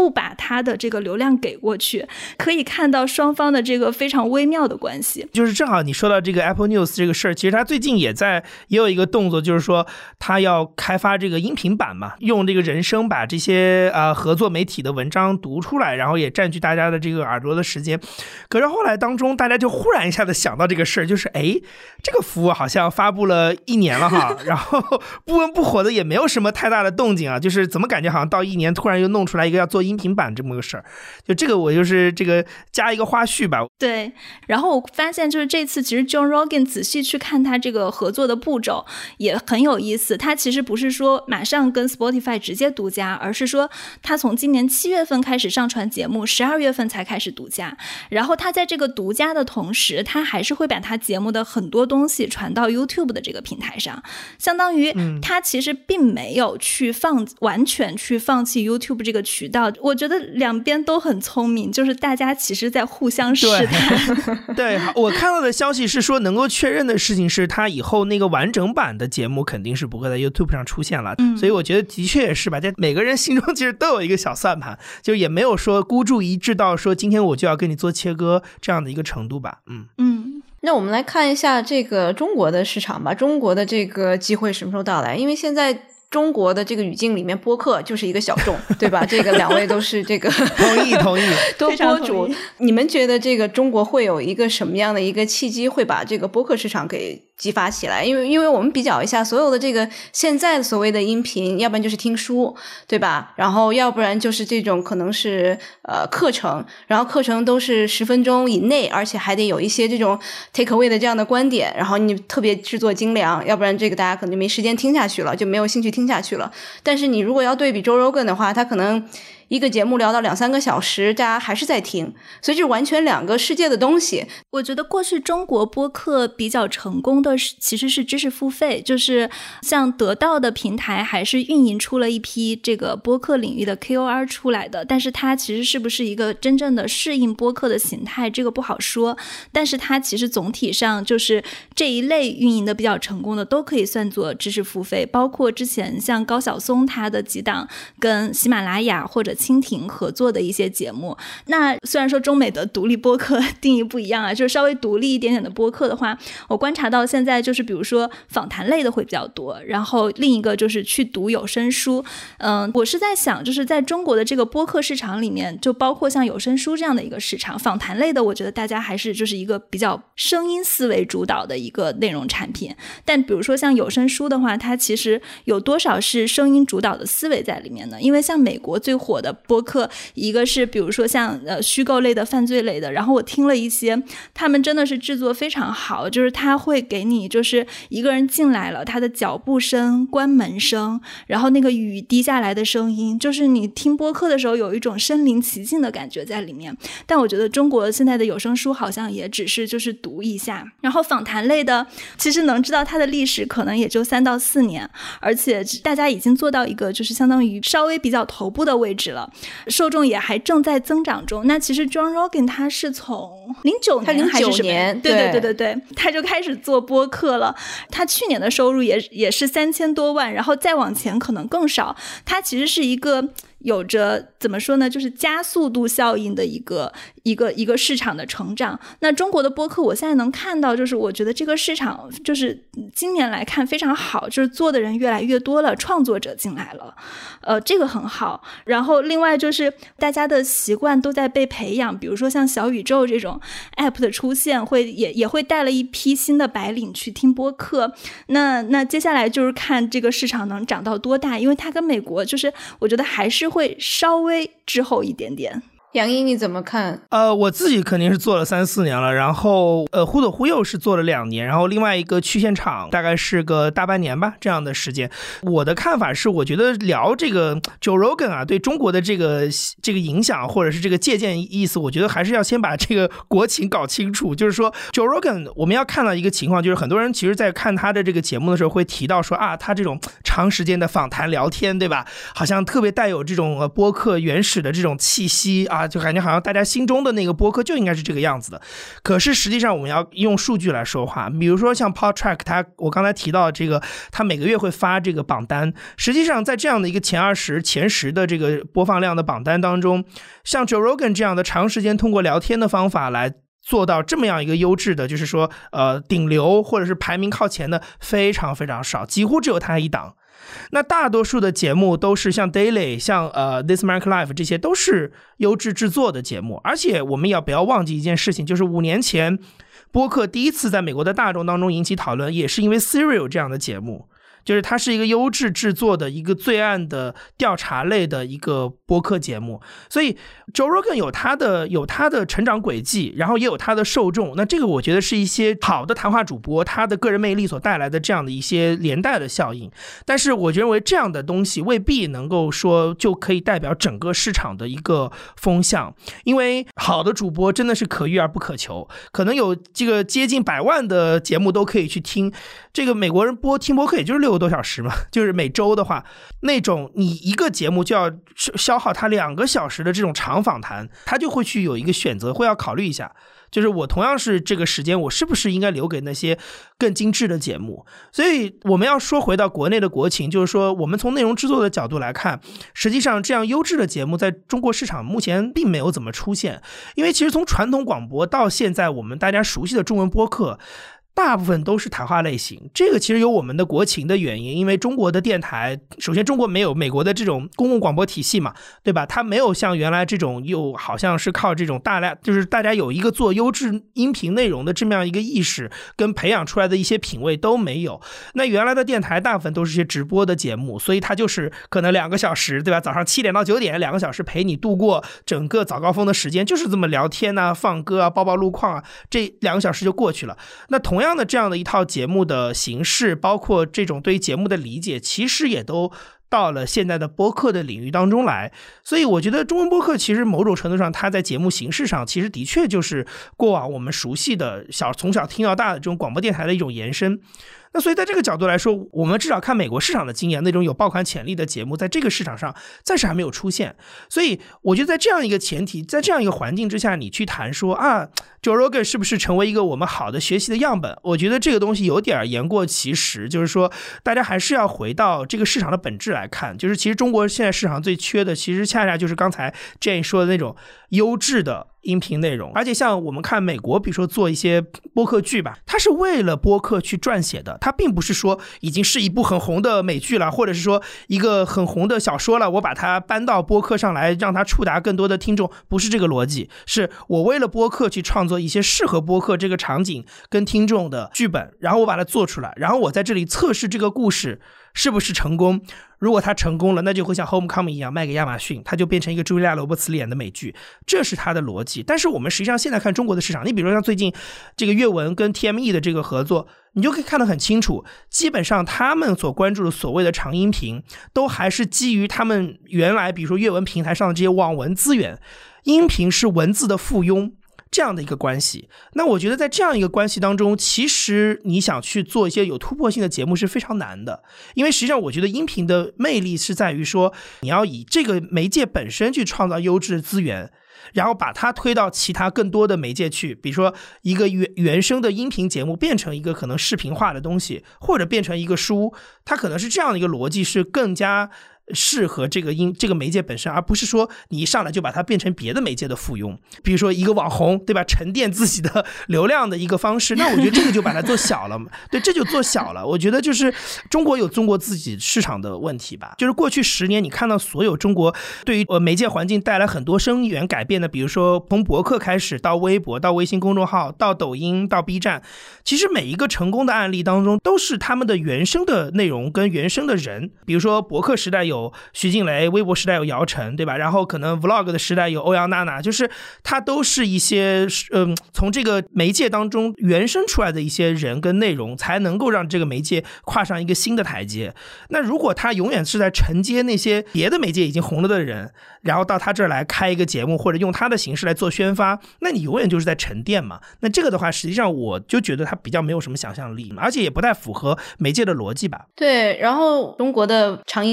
不把他的这个流量给过去，可以看到双方的这个非常微妙的关系。 就是正好你说到这个 Apple News 这个事儿，其实他最近也有一个动作，就是说他要开发这个音频版嘛，用这个人声把这些合作媒体的文章读出来，然后也占据大家的这个耳朵的时间。可是后来当中大家就忽然一下子想到这个事儿，就是这个服务好像发布了1年了哈，然后不温不火的也没有什么太大的动静啊，就是怎么感觉好像到1年突然又弄出来一个要做音频版这么个事儿，就这个我就是这个加一个花絮吧。 对，然后我发现就是这次其实 Joe Rogan 仔细去看他这个合作的步骤也很有意思，他其实不是说马上跟 Spotify 直接独家，而是说他从今年7月份开始上传节目，12月份才开始独家，然后他在这个独家的同时，他还是会把他节目的很多东西传到 YouTube 的这个平台上，相当于他其实并没有完全去放弃 YouTube 这个渠道。我觉得两边都很聪明，就是大家其实在互相试探。 对，我看到的消息是说能够确认的事情是他以后那个完整版的节目肯定是不会在 YouTube 上出现了，所以我觉得的确也是吧，在每个人心中其实都有一个小算盘，就也没有说孤注一掷到说今天我就要跟你做切割这样的一个程度吧。 那我们来看一下这个中国的市场吧，中国的这个机会什么时候到来？因为现在中国的这个语境里面，播客就是一个小众，对吧？这个两位都是这个同意多播主，你们觉得这个中国会有一个什么样的一个契机，会把这个播客市场给激发起来？因为我们比较一下所有的这个现在所谓的音频，要不然就是听书，对吧？然后要不然就是这种可能是课程，然后课程都是10分钟以内，而且还得有一些这种 take away 的这样的观点，然后你特别制作精良，要不然这个大家可能就没时间听下去了，就没有兴趣听下去了。但是你如果要对比 Joe Rogan 的话，他可能一个节目聊到2-3个小时，大家还是在听，所以这是完全两个世界的东西。 我觉得过去中国播客比较成功的其实是知识付费，就是像得到的平台还是运营出了一批这个播客领域的 KOL 出来的，但是它其实是不是一个真正的适应播客的形态，这个不好说，但是它其实总体上就是这一类运营的比较成功的都可以算作知识付费，包括之前像高晓松他的几档跟喜马拉雅或者蜻蜓合作的一些节目。那虽然说中美的独立播客定义不一样啊，就是稍微独立一点点的播客的话，我观察到现在就是比如说访谈类的会比较多，然后另一个就是去读有声书。我是在想就是在中国的这个播客市场里面，就包括像有声书这样的一个市场，访谈类的我觉得大家还是就是一个比较声音思维主导的一个内容产品，但比如说像有声书的话，它其实有多少是声音主导的思维在里面呢？因为像美国最火的播客，一个是比如说像虚构类的、犯罪类的，然后我听了一些，他们真的是制作非常好，就是他会给你就是一个人进来了，他的脚步声、关门声，然后那个雨滴下来的声音，就是你听播客的时候有一种身临其境的感觉在里面。但我觉得中国现在的有声书好像也只是就是读一下，然后访谈类的其实能知道它的历史可能也就3到4年，而且大家已经做到一个就是相当于稍微比较头部的位置了，受众也还正在增长中。那其实 Joe Rogan 他是从09年还是什么？对，他就开始做播客了。他去年的收入也是3000多万，然后再往前可能更少。他其实是一个有着怎么说呢，就是加速度效应的一个市场的成长。那中国的播客我现在能看到，就是我觉得这个市场就是今年来看非常好，就是做的人越来越多了，创作者进来了，这个很好。然后另外就是大家的习惯都在被培养，比如说像小宇宙这种 app 的出现也会带了一批新的白领去听播客。那接下来就是看这个市场能涨到多大，因为它跟美国就是我觉得还是会稍微滞后一点点。 杨一你怎么看？ 我自己肯定是做了3-4年了，然后忽左忽右是做了2年，然后另外一个去现场大概是个大半年吧，这样的时间。我的看法是，我觉得聊这个 Joe Rogan 啊，对中国的这个影响或者是这个借鉴意思，我觉得还是要先把这个国情搞清楚。就是说 Joe Rogan 我们要看到一个情况，就是很多人其实在看他的这个节目的时候会提到说啊，他这种长时间的访谈聊天，对吧，好像特别带有这种播客原始的这种气息啊， 哇，就感觉好像大家心中的那个播客就应该是这个样子的。可是实际上我们要用数据来说话，比如说像 Podtrack， 我刚才提到这个，它每个月会发这个榜单，实际上在这样的一个前10的这个播放量的榜单当中，像 Joe Rogan 这样的长时间通过聊天的方法来做到这么样一个优质的，就是说顶流或者是排名靠前的非常非常少，几乎只有他一档。那大多数的节目都是像 Daily 像This American Life， 这些都是优质制作的节目。而且我们也不要忘记一件事情，就是5年前播客第一次在美国的大众当中引起讨论，也是因为 Serial 这样的节目，就是它是一个优质制作的一个罪案的调查类的一个播客节目。所以 Joe Rogan 有他的成长轨迹，然后也有他的受众，那这个我觉得是一些好的谈话主播他的个人魅力所带来的这样的一些连带的效应。但是我认为这样的东西未必能够说就可以代表整个市场的一个风向，因为好的主播真的是可遇而不可求，可能有这个接近100万的节目都可以去听。这个美国人听播客也就是6个多小时嘛，就是每周的话，那种你一个节目就要消耗他2个小时的这种长访谈，他就会去有一个选择，会要考虑一下，就是我同样是这个时间，我是不是应该留给那些更精致的节目。所以我们要说回到国内的国情，就是说我们从内容制作的角度来看，实际上这样优质的节目在中国市场目前并没有怎么出现。因为其实从传统广播到现在我们大家熟悉的中文播客，大部分都是谈话类型，这个其实有我们的国情的原因，因为中国的电台，首先中国没有美国的这种公共广播体系嘛，对吧？它没有像原来这种又好像是靠这种就是大家有一个做优质音频内容的这么样一个意识跟培养出来的一些品味都没有。那原来的电台大部分都是一些直播的节目，所以它就是可能2个小时，对吧？早上7点到9点2个小时陪你度过整个早高峰的时间，就是这么聊天啊、放歌啊、报路况啊，这2个小时就过去了。那同样的这样的一套节目的形式，包括这种对节目的理解，其实也都到了现在的播客的领域当中来。所以我觉得中文播客其实某种程度上它在节目形式上其实的确就是过往我们熟悉的从小听到大的这种广播电台的一种延伸。那所以在这个角度来说，我们至少看美国市场的经验，那种有爆款潜力的节目在这个市场上暂时还没有出现。所以我觉得在这样一个前提，在这样一个环境之下，你去谈说Joe Rogan 是不是成为一个我们好的学习的样本，我觉得这个东西有点言过其实。就是说大家还是要回到这个市场的本质来看，就是其实中国现在市场最缺的其实恰恰就是刚才 Jane 说的那种优质的音频内容。而且像我们看美国比如说做一些播客剧吧，它是为了播客去撰写的，它并不是说已经是一部很红的美剧了，或者是说一个很红的小说了，我把它搬到播客上来让它触达更多的听众，不是这个逻辑。是我为了播客去创作一些适合播客这个场景跟听众的剧本，然后我把它做出来，然后我在这里测试这个故事是不是成功。如果它成功了，那就会像 Homecoming 一样卖给亚马逊，它就变成一个茱莉亚·罗伯茨演的美剧，这是它的逻辑。但是我们实际上现在看中国的市场，你比如说像最近这个阅文跟 TME 的这个合作，你就可以看得很清楚，基本上他们所关注的所谓的长音频都还是基于他们原来比如说阅文平台上的这些网文资源，音频是文字的附庸，这样的一个关系。那我觉得在这样一个关系当中，其实你想去做一些有突破性的节目是非常难的。因为实际上我觉得音频的魅力是在于说，你要以这个媒介本身去创造优质的资源，然后把它推到其他更多的媒介去，比如说一个原生的音频节目变成一个可能视频化的东西，或者变成一个书，它可能是这样的一个逻辑，是更加适合这个媒介本身，而不是说你一上来就把它变成别的媒介的附庸。比如说一个网红，对吧，沉淀自己的流量的一个方式，那我觉得这个就把它做小了。对，这就做小了。我觉得就是中国有中国自己市场的问题吧。就是过去10年你看到所有中国对于媒介环境带来很多深远改变的，比如说从博客开始到微博到微信公众号到抖音到 B 站，其实每一个成功的案例当中都是他们的原生的内容跟原生的人。比如说博客时代有徐静蕾，微博时代有姚晨，对吧？然后可能 vlog 的时代有欧阳娜娜，就是它都是一些从这个媒介当中原生出来的一些人跟内容，才能够让这个媒介跨上一个新的台阶。那如果他永远是在承接那些别的媒介已经红了的人，然后到他这儿来开一个节目，或者用他的形式来做宣发，那你永远就是在沉淀嘛。那这个的话实际上我就觉得它比较没有什么想象力，而且也不太符合媒介的逻辑吧。 对，然后中国的长音频它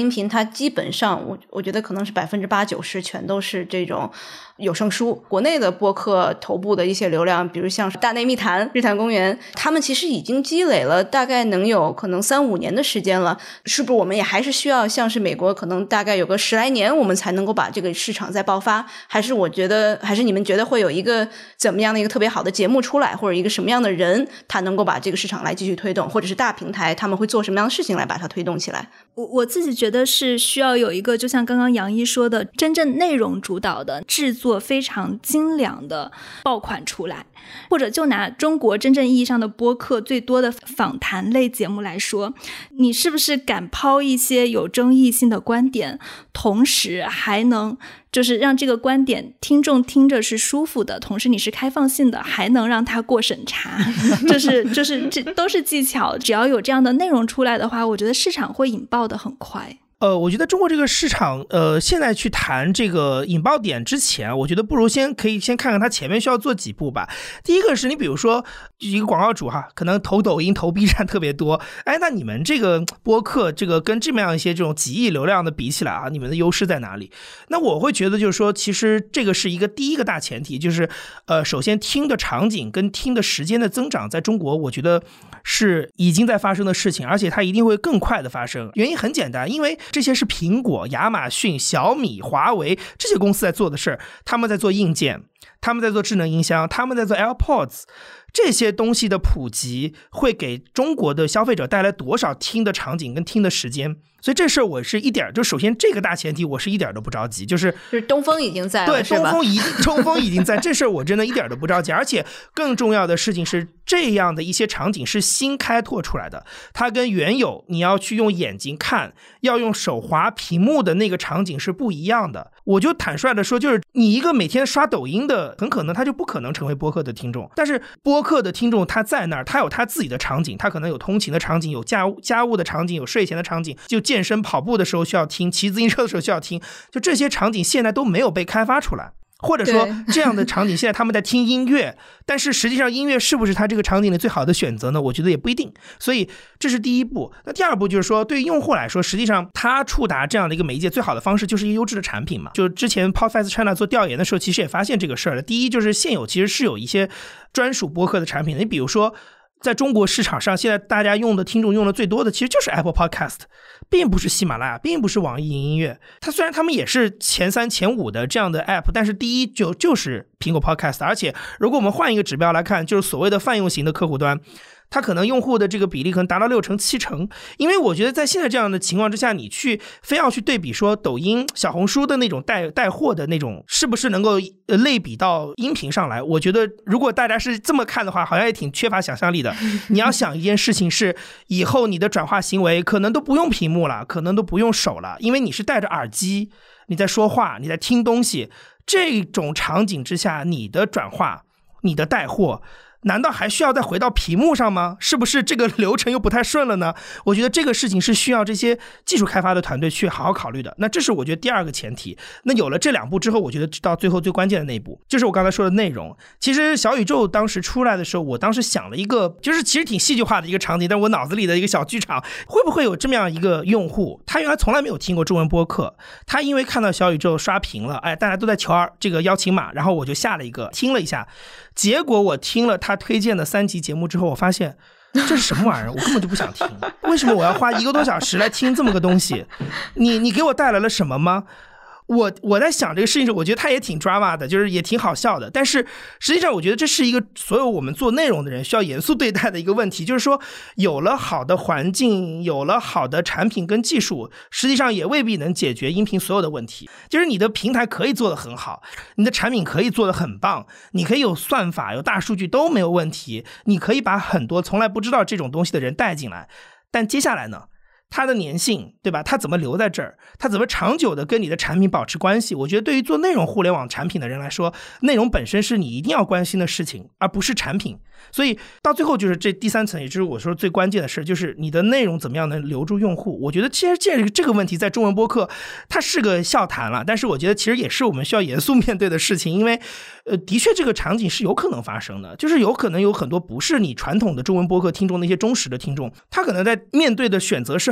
基本上我觉得可能是80%-90%全都是这种有声书。国内的播客头部的一些流量，比如像大内密谈、日坛公园，他们其实已经积累了大概能有可能3-5年的时间了，是不是我们也还是需要像是美国可能大概有个10来年我们才能够把这个市场再爆发？还是你们觉得会有一个怎么样的一个特别好的节目出来，或者一个什么样的人他能够把这个市场来继续推动，或者是大平台他们会做什么样的事情来把它推动起来？ 我自己觉得是需要有一个就像刚刚杨一说的真正内容主导的制作非常精良的爆款出来，或者就拿中国真正意义上的播客最多的访谈类节目来说，你是不是敢抛一些有争议性的观点，同时还能就是让这个观点听众听着是舒服的，同时你是开放性的，还能让它过审查，就是这都是技巧。只要有这样的内容出来的话，我觉得市场会引爆的很快。 我觉得中国这个市场，现在去谈这个引爆点之前，我觉得不如可以先看看它前面需要做几步吧。第一个是你比如说一个广告主哈，可能投抖音、投 B 站特别多，那你们这个播客这个跟这么样一些这种几亿流量的比起来啊，你们的优势在哪里？那我会觉得就是说，其实这个是第一个大前提，就是首先听的场景跟听的时间的增长，在中国我觉得是已经在发生的事情，而且它一定会更快的发生。原因很简单，因为这些是苹果、亚马逊、小米、华为这些公司在做的事儿，他们在做硬件，他们在做智能音箱，他们在做 AirPods， 这些东西的普及会给中国的消费者带来多少听的场景跟听的时间？所以这事儿我是就首先这个大前提我是一点都不着急，就是东风已经在了， 对， 是吧？ 东风已经在，这事儿我真的一点都不着急。而且更重要的事情是，这样的一些场景是新开拓出来的，它跟原有你要去用眼睛看，要用手滑屏幕的那个场景是不一样的。我就坦率的说，就是你一个每天刷抖音的，很可能他就不可能成为播客的听众。但是播客的听众他在那儿，他有他自己的场景，他可能有通勤的场景，有家务的场景，有睡前的场景，就健身跑步的时候需要听，骑自行车的时候需要听，就这些场景现在都没有被开发出来。或者说这样的场景现在他们在听音乐，但是实际上音乐是不是他这个场景的最好的选择呢？我觉得也不一定。所以这是第一步。那第二步就是说，对于用户来说，实际上他触达这样的一个媒介最好的方式就是一个优质的产品嘛。就之前 Podfest China 做调研的时候，其实也发现这个事儿了。第一就是现有其实是有一些专属播客的产品的，你比如说在中国市场上，现在大家听众用的最多的其实就是 Apple Podcast， 并不是喜马拉雅，并不是网易云音乐。它虽然他们也是前3、前5的这样的 App， 但是第一就是苹果 Podcast。 而且如果我们换一个指标来看，就是所谓的泛用型的客户端，它可能用户的这个比例可能达到6成7成。因为我觉得在现在这样的情况之下，你非要去对比说抖音、小红书的那种带货的那种是不是能够类比到音频上来，我觉得如果大家是这么看的话，好像也挺缺乏想象力的。你要想一件事情是，以后你的转化行为可能都不用屏幕了，可能都不用手了，因为你是戴着耳机，你在说话，你在听东西，这种场景之下，你的转化，你的带货难道还需要再回到屏幕上吗？是不是这个流程又不太顺了呢？我觉得这个事情是需要这些技术开发的团队去好好考虑的。那这是我觉得第二个前提。那有了这2步之后，我觉得到最后最关键的那一步，就是我刚才说的内容。其实小宇宙当时出来的时候，我当时想了一个就是其实挺戏剧化的一个场景，但是我脑子里的一个小剧场，会不会有这么样一个用户，他原来从来没有听过中文播客，他因为看到小宇宙刷屏了，大家都在求这个邀请码，然后我就下了一个听了一下，结果我听了他推荐的3集节目之后，我发现这是什么玩意儿，我根本就不想听。为什么我要花1个多小时来听这么个东西？你给我带来了什么吗？我在想这个事情时，我觉得它也挺 drama 的，就是也挺好笑的。但是实际上我觉得这是一个所有我们做内容的人需要严肃对待的一个问题，就是说有了好的环境，有了好的产品跟技术，实际上也未必能解决音频所有的问题。就是你的平台可以做得很好，你的产品可以做得很棒，你可以有算法有大数据都没有问题，你可以把很多从来不知道这种东西的人带进来，但接下来呢，它的粘性，对吧？它怎么留在这儿？它怎么长久的跟你的产品保持关系？我觉得对于做内容互联网产品的人来说，内容本身是你一定要关心的事情，而不是产品。所以到最后就是这第3层，也就是我说最关键的事，就是你的内容怎么样能留住用户。我觉得其实这个问题在中文播客它是个笑谈了，但是我觉得其实也是我们需要严肃面对的事情。因为的确这个场景是有可能发生的，就是有可能有很多不是你传统的中文播客听众那些忠实的听众，他可能在面对的选择是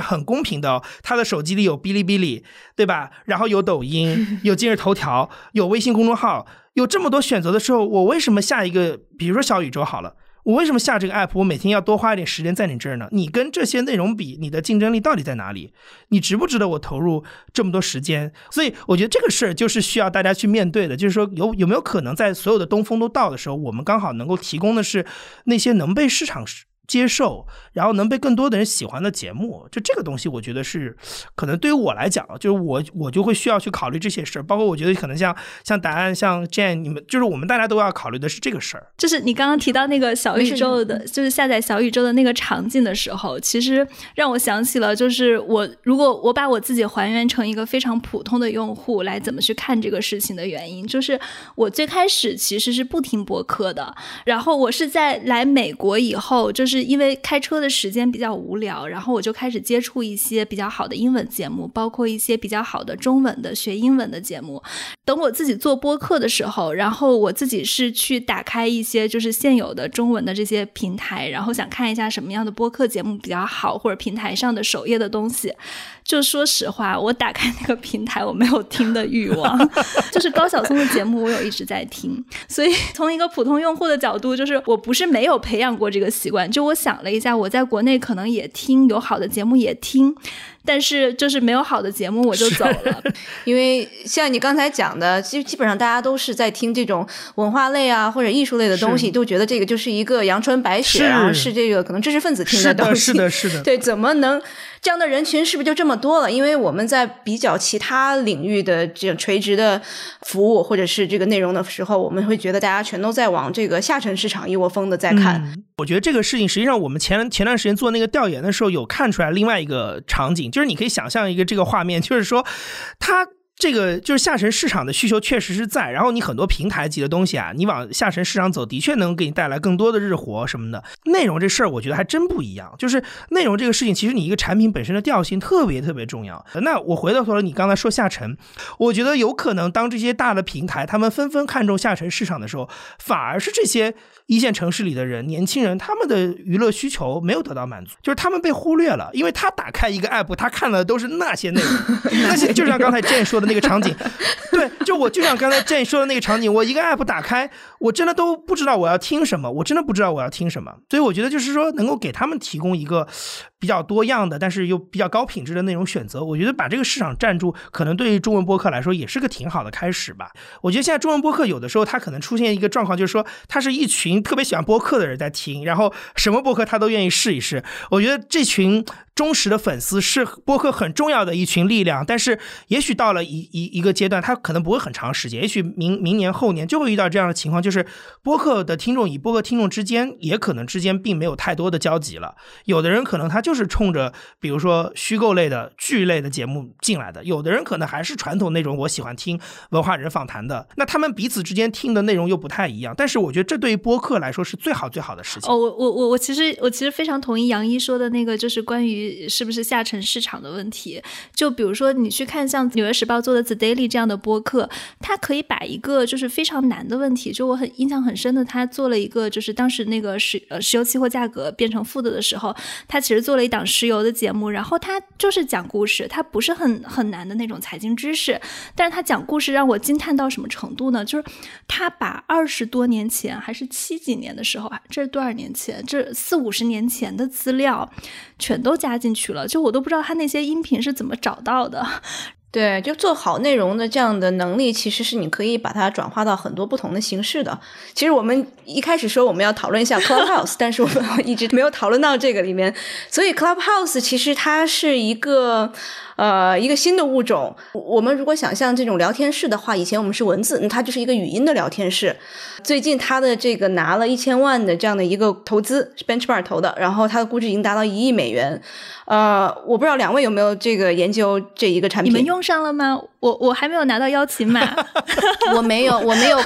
很公平的他的手机里有哔哩哔哩，对吧？然后有抖音，有今日头条，有微信公众号，有这么多选择的时候，我为什么下一个，比如说小宇宙好了，我为什么下这个 app 我每天要多花一点时间在你这儿呢？你跟这些内容比，你的竞争力到底在哪里？你值不值得我投入这么多时间？所以我觉得这个事儿就是需要大家去面对的，就是说有没有可能在所有的东风都到的时候，我们刚好能够提供的是那些能被市场接受，然后能被更多的人喜欢的节目，就这个东西我觉得是可能对于我来讲，就是我就会需要去考虑这些事儿，包括我觉得可能像答案像 Jane 你们，就是我们大家都要考虑的是这个事儿。 就是你刚刚提到那个小宇宙的，就是下载小宇宙的那个场景的时候，其实让我想起了，就是如果我把我自己还原成一个非常普通的用户来怎么去看这个事情的原因，就是我最开始其实是不听播客的，然后我是在来美国以后，就是因为开车的时间比较无聊，然后我就开始接触一些比较好的英文节目，包括一些比较好的中文的学英文的节目。等我自己做播客的时候，然后我自己是去打开一些就是现有的中文的这些平台，然后想看一下什么样的播客节目比较好，或者平台上的首页的东西。就说实话，我打开那个平台我没有听的欲望就是高晓松的节目我有一直在听，所以从一个普通用户的角度，就是我不是没有培养过这个习惯，就我想了一下，我在国内可能也听，有好的节目也听，但是就是没有好的节目我就走了因为像你刚才讲的，基本上大家都是在听这种文化类啊或者艺术类的东西，都觉得这个就是一个阳春白雪，然后是这个可能知识分子听的东西。 是的对，怎么能这样的人群是不是就这么多了？因为我们在比较其他领域的这种垂直的服务或者是这个内容的时候，我们会觉得大家全都在往这个下沉市场一窝蜂的在看。 我觉得这个事情实际上我们前段时间做那个调研的时候有看出来另外一个场景，就是你可以想象一个这个画面，就是说它这个就是下沉市场的需求确实是在，然后你很多平台级的东西啊，你往下沉市场走的确能给你带来更多的日活什么的。内容这事儿我觉得还真不一样，就是内容这个事情其实你一个产品本身的调性特别特别重要。那我回到头来你刚才说下沉，我觉得有可能当这些大的平台他们纷纷看重下沉市场的时候，反而是这些一线城市里的人，年轻人，他们的娱乐需求没有得到满足，就是他们被忽略了，因为他打开一个 app 他看的都是那些内容那些就像刚才 Jane 说的那个场景对，就像刚才 Jane 说的那个场景，我一个 app 打开，我真的都不知道我要听什么，我真的不知道我要听什么。所以我觉得就是说能够给他们提供一个比较多样的但是又比较高品质的内容选择，我觉得把这个市场占住可能对于中文播客来说也是个挺好的开始吧。我觉得现在中文播客有的时候它可能出现一个状况，就是说它是一群特别喜欢播客的人在听，然后什么播客他都愿意试一试。我觉得这群忠实的粉丝是播客很重要的一群力量，但是也许到了一个阶段，它可能不会很长时间，也许明年后年就会遇到这样的情况，就是播客的听众与播客听众之间也可能之间并没有太多的交集了。有的人可能他就是冲着比如说虚构类的剧类的节目进来的，有的人可能还是传统那种我喜欢听文化人访谈的，那他们彼此之间听的内容又不太一样，但是我觉得这对于播客来说是最好的事情。 我其实非常同意杨一说的那个，就是关于是不是下沉市场的问题。就比如说你去看像纽约时报做的 The Daily 这样的播客，它可以把一个就是非常难的问题，就我印象很深的，他做了一个就是当时那个石油期货价格变成负的时候，他其实做了一档石油的节目，然后他就是讲故事，他不是很难的那种财经知识，但是他讲故事让我惊叹到什么程度呢？就是他把20多年前还是70几年的时候，这是多少年前，这40-50年前的资料全都加进去了，就我都不知道他那些音频是怎么找到的。 对，就做好内容的这样的能力，其实是你可以把它转化到很多不同的形式的。其实我们一开始说我们要讨论一下 Clubhouse 但是我们一直没有讨论到这个里面。所以 Clubhouse 其实它是一个新的物种。我们如果想象这种聊天室的话，以前我们是文字，它就是一个语音的聊天室。最近它的这个拿了1000万的这样的一个投资，是 Benchmark 投的，然后它的估值已经达到1亿美元。我不知道两位有没有这个研究这一个产品？ 你们用上了吗？我还没有拿到邀请码我没有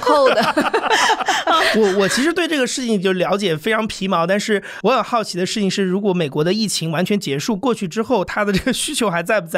code 我其实对这个事情就了解非常皮毛，但是我很好奇的事情是，如果美国的疫情完全结束过去之后，它的这个需求还在不在？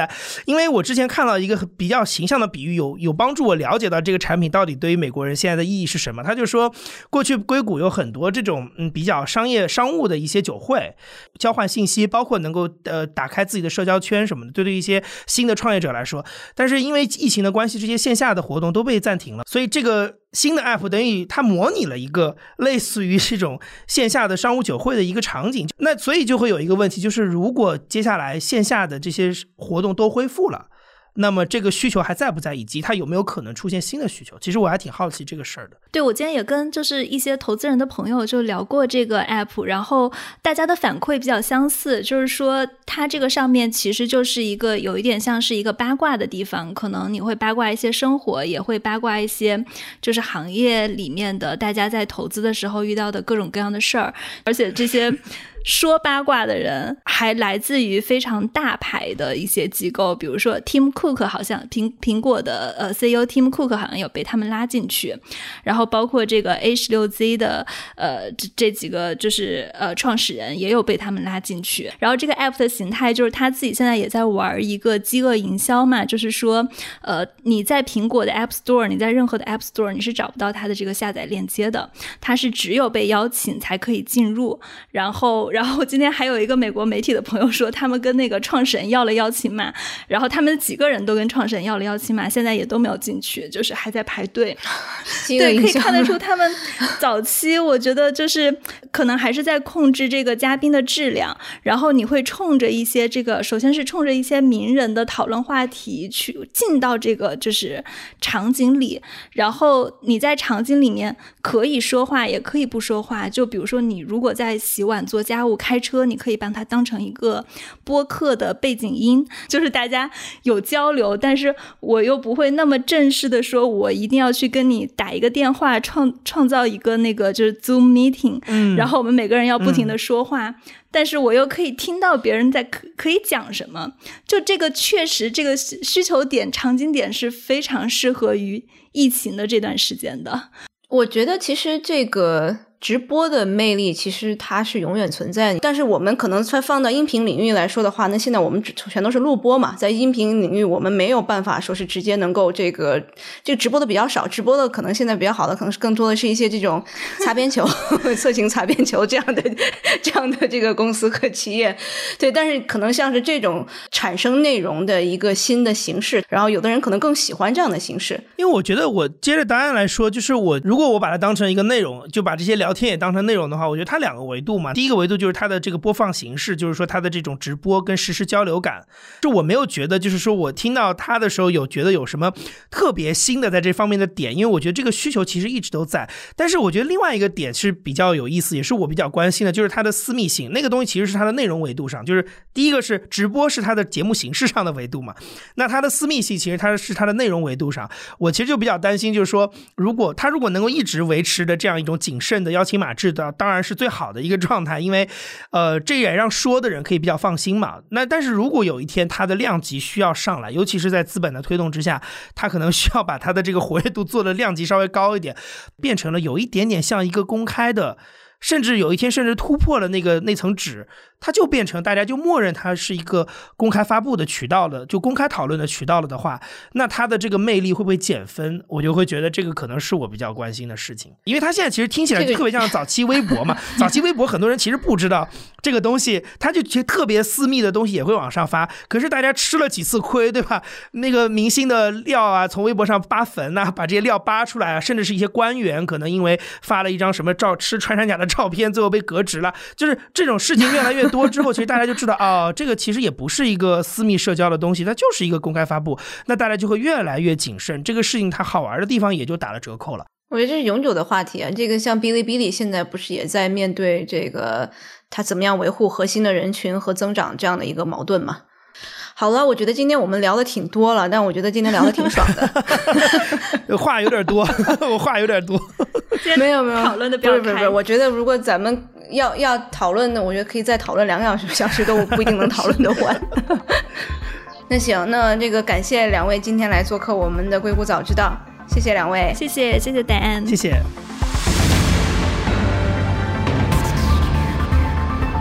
在。因为我之前看到一个比较形象的比喻，有帮助我了解到这个产品到底对于美国人现在的意义是什么。他就说，过去硅谷有很多这种比较商务的一些酒会，交换信息，包括能够打开自己的社交圈什么的，对一些新的创业者来说。但是因为疫情的关系，这些线下的活动都被暂停了，所以这个新的 app 等于它模拟了一个类似于这种线下的商务酒会的一个场景。那所以就会有一个问题，就是如果接下来线下的这些活动都恢复了，那么这个需求还在不在，以及它有没有可能出现新的需求？其实我还挺好奇这个事儿的。 对，我今天也跟就是一些投资人的朋友就聊过这个 app， 然后大家的反馈比较相似，就是说它这个上面其实就是一个有一点像是一个八卦的地方，可能你会八卦一些生活，也会八卦一些就是行业里面的大家在投资的时候遇到的各种各样的事儿，而且这些说八卦的人还来自于非常大牌的一些机构，比如说 Tim Cook 好像苹果的CEO Tim Cook 好像有被他们拉进去，然后包括这个 A16Z 的这几个就是创始人也有被他们拉进去。然后这个 app 的形态就是他自己现在也在玩一个饥饿营销嘛，就是说你在苹果的 App Store， 你在任何的 App Store 你是找不到它的这个下载链接的，它是只有被邀请才可以进入。然后今天还有一个美国媒体的朋友说，他们跟那个创始人要了邀请码，然后他们几个人都跟创始人要了邀请码，现在也都没有进去，就是还在排队。对，可以看得出他们早期我觉得就是可能还是在控制这个嘉宾的质量，然后你会冲着一些这个，首先是冲着一些名人的讨论话题去进到这个就是场景里，然后你在场景里面可以说话也可以不说话，就比如说你如果在洗碗做家务开车，你可以把它当成一个播客的背景音，就是大家有交流，但是我又不会那么正式的说我一定要去跟你打一个电话创造一个那个就是 Zoom meeting，然后我们每个人要不停的说话，但是我又可以听到别人在可以讲什么，就这个确实这个需求点场景点是非常适合于疫情的这段时间的。 我觉得其实这个直播的魅力其实它是永远存在的，但是我们可能放到音频领域来说的话，那现在我们全都是录播嘛，在音频领域我们没有办法说是直接能够这个直播的比较少，直播的可能现在比较好的可能是更多的是一些这种擦边球色情擦边球这样的这个公司和企业。对，但是可能像是这种产生内容的一个新的形式，然后有的人可能更喜欢这样的形式。 因为我觉得我接着答案来说，就是如果我把它当成一个内容，就把这些聊天也当成内容的话，我觉得它两个维度嘛。第一个维度就是它的这个播放形式，就是说它的这种直播跟实时交流感，就我没有觉得就是说我听到它的时候觉得有什么特别新的在这方面的点，因为我觉得这个需求其实一直都在。但是我觉得另外一个点是比较有意思，也是我比较关心的，就是它的私密性，那个东西其实是它的内容维度上，就是第一个是直播是它的节目形式上的维度嘛，那它的私密性其实它是它的内容维度上。我其实就比较担心，就是说如果能够一直维持的这样一种谨慎的邀请码制的，当然是最好的一个状态，因为这也让说的人可以比较放心嘛。那但是如果有一天它的量级需要上来，尤其是在资本的推动之下，它可能需要把它的这个活跃度做的量级稍微高一点，变成了有一点点像一个公开的，甚至有一天甚至突破了那层纸，它就变成大家就默认它是一个公开发布的渠道了，就公开讨论的渠道了的话，那它的这个魅力会不会减分？我就会觉得这个可能是我比较关心的事情。因为它现在其实听起来就特别像早期微博嘛，早期微博很多人其实不知道这个东西，它就其实特别私密的东西也会往上发，可是大家吃了几次亏，对吧？那个明星的料啊，从微博上扒粉啊，把这些料扒出来啊，甚至是一些官员可能因为发了一张什么吃穿山甲的照片，最后被革职了，就是这种事情越来越多之后，其实大家就知道这个其实也不是一个私密社交的东西，它就是一个公开发布，那大家就会越来越谨慎，这个事情它好玩的地方也就打了折扣了。 我觉得这是永久的话题啊，这个像哔哩哔哩现在不是也在面对这个它怎么样维护核心的人群和增长这样的一个矛盾嘛。好了，我觉得今天我们聊的挺多了，但我觉得今天聊的挺爽的。 话有点多，我话有点多。 没有讨论的比较开。 不是，我觉得如果咱们要讨论的，我觉得可以再讨论2个小时都不一定能讨论得完。那行，那这个感谢两位今天来做客我们的硅谷早知道，谢谢两位， 谢谢戴安， 谢谢。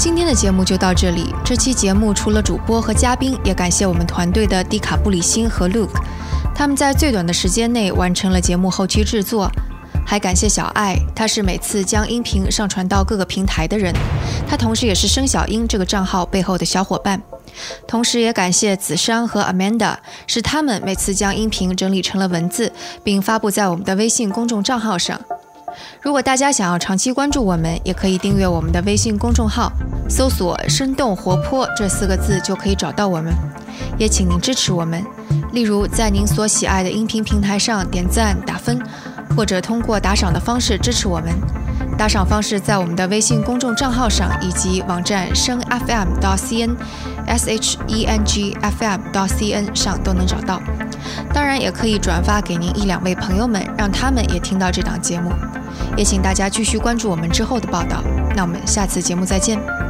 今天的节目就到这里。这期节目除了主播和嘉宾，也感谢我们团队的迪卡布里辛和 Luke， 他们在最短的时间内完成了节目后期制作。还感谢小爱，他是每次将音频上传到各个平台的人，他同时也是生小英这个账号背后的小伙伴。同时也感谢子珊和 Amanda， 是他们每次将音频整理成了文字，并发布在我们的微信公众账号上。如果大家想要长期关注我们，也可以订阅我们的微信公众号，搜索生动活泼这4个字就可以找到我们。也请您支持我们，例如在您所喜爱的音频平台上点赞打分，或者通过打赏的方式支持我们。打赏方式在我们的微信公众账号上以及网站声 FM.cn SHENGFM.cn 上都能找到。当然也可以转发给您1-2位朋友们，让他们也听到这档节目。也请大家继续关注我们之后的报道。那我们下次节目再见。